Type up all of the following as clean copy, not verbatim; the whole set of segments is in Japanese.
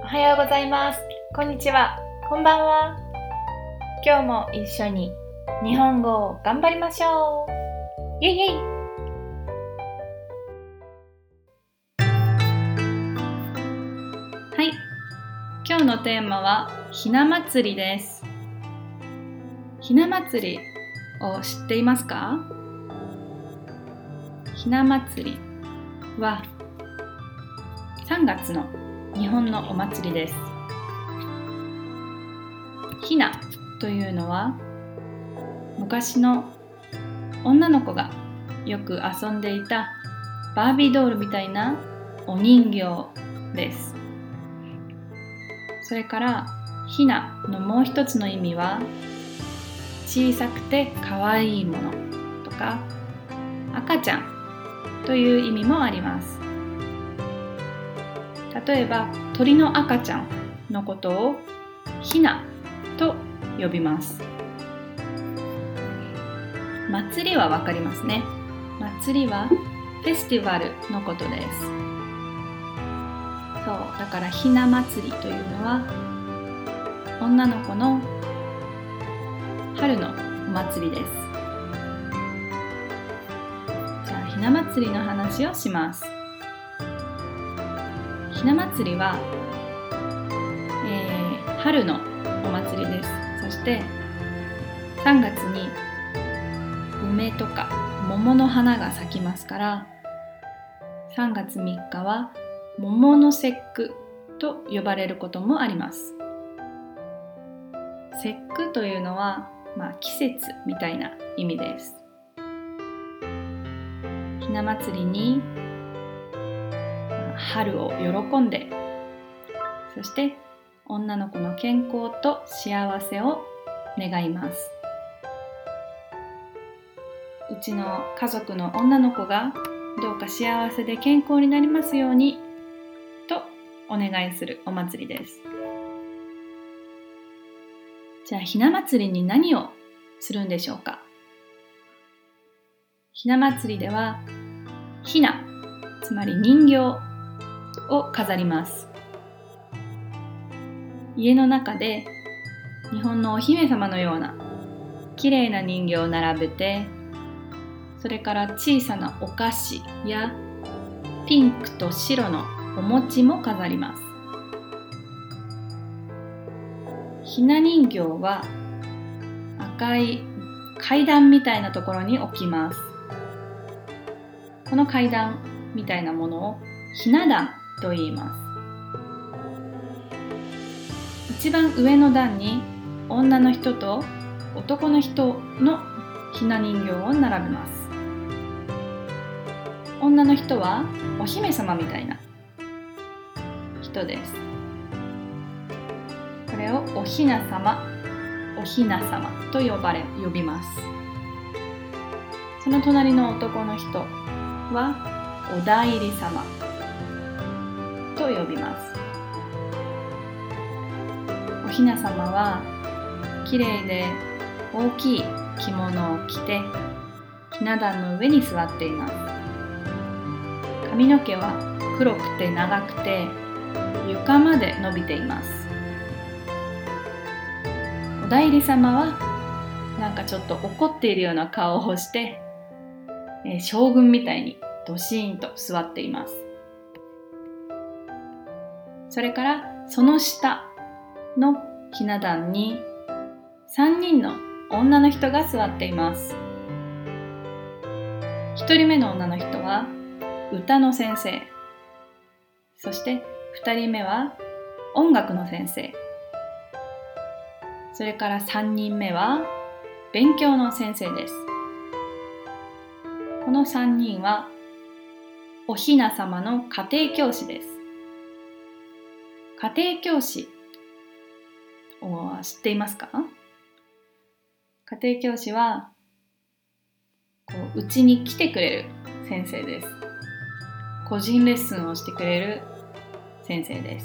おはようございます。こんにちは。こんばんは。今日も一緒に日本語を頑張りましょう。イェイイェイ。はい。今日のテーマはひな祭りです。ひな祭りを知っていますか？ひな祭りは3月の日本のお祭りです。ひなというのは昔の女の子がよく遊んでいたバービードールみたいなお人形です。それからひなのもう一つの意味は小さくて可愛いものとか赤ちゃんという意味もあります。例えば鳥の赤ちゃんのことをひなと呼びます。祭りはわかりますね。祭りはフェスティバルのことです。そう、だからひな祭りというのは女の子の春のお祭りです。じゃあひな祭りの話をします。ひな祭りは、春のお祭りです。そして3月に梅とか桃の花が咲きますから3月3日は桃の節句と呼ばれることもあります。節句というのは、季節みたいな意味です。ひな祭りに春を喜んで、そして女の子の健康と幸せを願います。うちの家族の女の子がどうか幸せで健康になりますようにとお願いするお祭りです。じゃあひな祭りに何をするんでしょうか？ひな祭りではひな、つまり人形を飾ります。家の中で日本のお姫様のような綺麗な人形を並べて、それから小さなお菓子やピンクと白のお餅も飾ります。ひな人形は赤い階段みたいなところに置きます。この階段みたいなものをひな壇と言います。一番上の段に女の人と男の人のひな人形を並べます。女の人はお姫様みたいな人です。これをおひな様と呼びます。その隣の男の人はお内裏様と呼びます。おひな様はきれいで大きい着物を着てひな壇の上に座っています。髪の毛は黒くて長くて床まで伸びています。お内裏様はなんかちょっと怒っているような顔をして、将軍みたいにドシーンと座っています。それからその下のひな壇に3人の女の人が座っています。1人目の女の人は歌の先生、そして2人目は音楽の先生、それから3人目は勉強の先生です。この3人はおひな様の家庭教師です。家庭教師を知っていますか？家庭教師はうちに来てくれる先生です。個人レッスンをしてくれる先生です。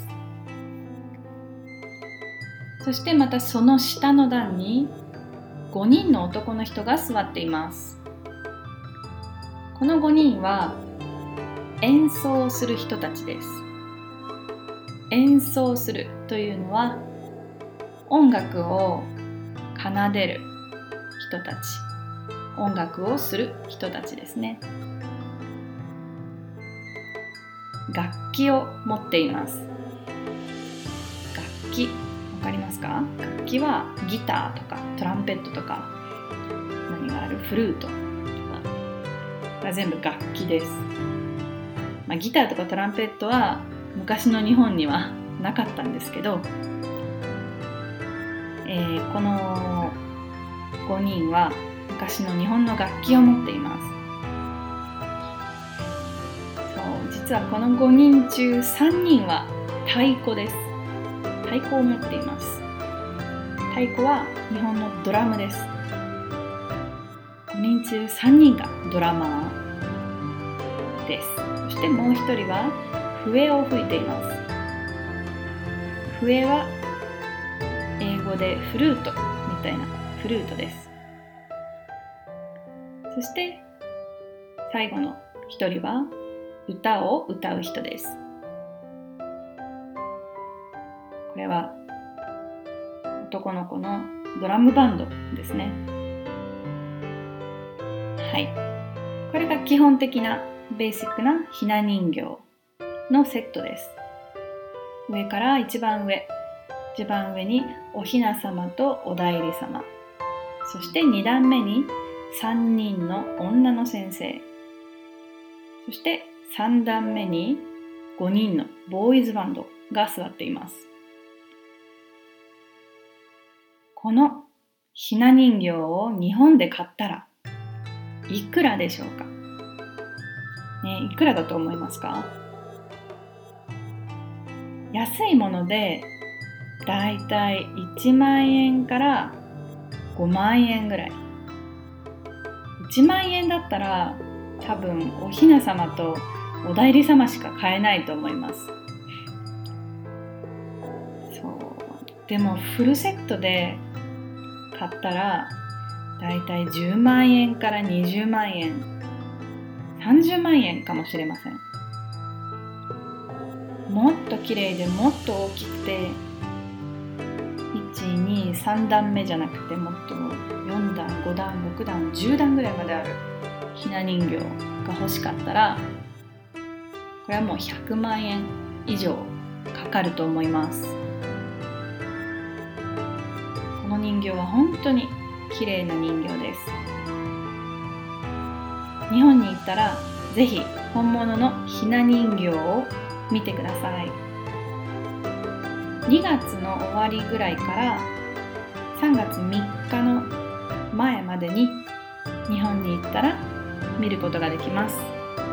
そしてまたその下の段に5人の男の人が座っています。この5人は演奏する人たちです。 演奏するというのは音楽を奏でる人たち、音楽をする人たちですね。楽器を持っています。楽器、わかりますか？楽器はギターとかトランペットとか、何がある？フルートとかが全部楽器です。ギターとかトランペットは昔の日本にはなかったんですけど、この5人は昔の日本の楽器を持っています。実はこの5人中3人は太鼓です。太鼓を持っています。太鼓は日本のドラムです。5人中3人がドラマーです。そしてもう1人は笛を吹いています。笛は英語でフルートみたいなフルートです。そして最後の1人は歌を歌う人です。これは男の子のドラムバンドですね。はい。これが基本的なベーシックなひな人形のセットです。上から一番上におひな様とお内裏様、そして2段目に3人の女の先生、そして3段目に5人のボーイズバンドが座っています。このひな人形を日本で買ったらいくらでしょうか？いくらだと思いますか？安いものでだいたい1万円から5万円ぐらい。1万円だったら多分おひな様とお内裏様しか買えないと思います。でもフルセットで買ったらだいたい10万円から20万円、30万円かもしれません。もっと綺麗でもっと大きくて1、2、3段目じゃなくてもっと4段、5段、6段、10段ぐらいまであるひな人形が欲しかったらこれはもう100万円以上かかると思います。この人形は本当に綺麗な人形です。日本に行ったらぜひ本物のひな人形を見てください。2月の終わりぐらいから3月3日の前までに日本に行ったら見ることができます。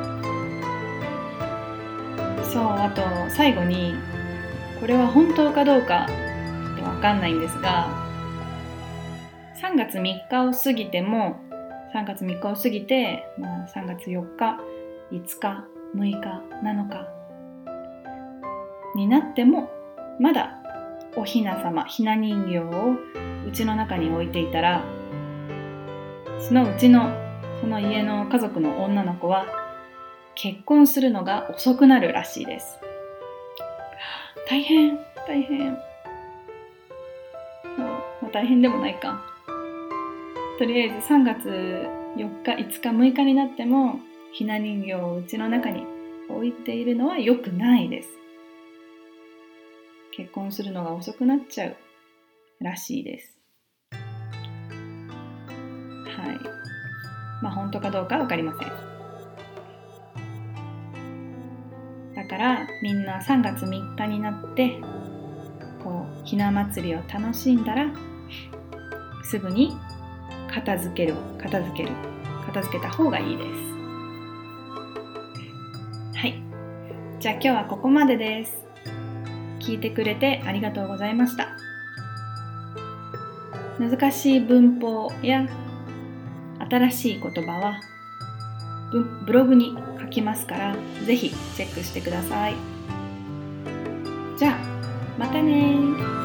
あと最後にこれは本当かどうかってわかんないんですが、3月3日を過ぎても3月3日を過ぎて、3月4日、5日、6日、7日になってもまだおひな様、ひな人形を家の中に置いていたら、その家の家族の女の子は結婚するのが遅くなるらしいです。大変。大変でもないか。とりあえず3月4日、5日、6日になってもひな人形を家の中に置いているのは良くないです。結婚するのが遅くなっちゃうらしいです。はい。本当かどうかわかりません。だからみんな3月3日になってひな祭りを楽しんだらすぐに片付けた方がいいです。はい。じゃあ今日はここまでです。聞いてくれてありがとうございました。難しい文法や新しい言葉はブログに書きますからぜひチェックしてください。じゃあまたね。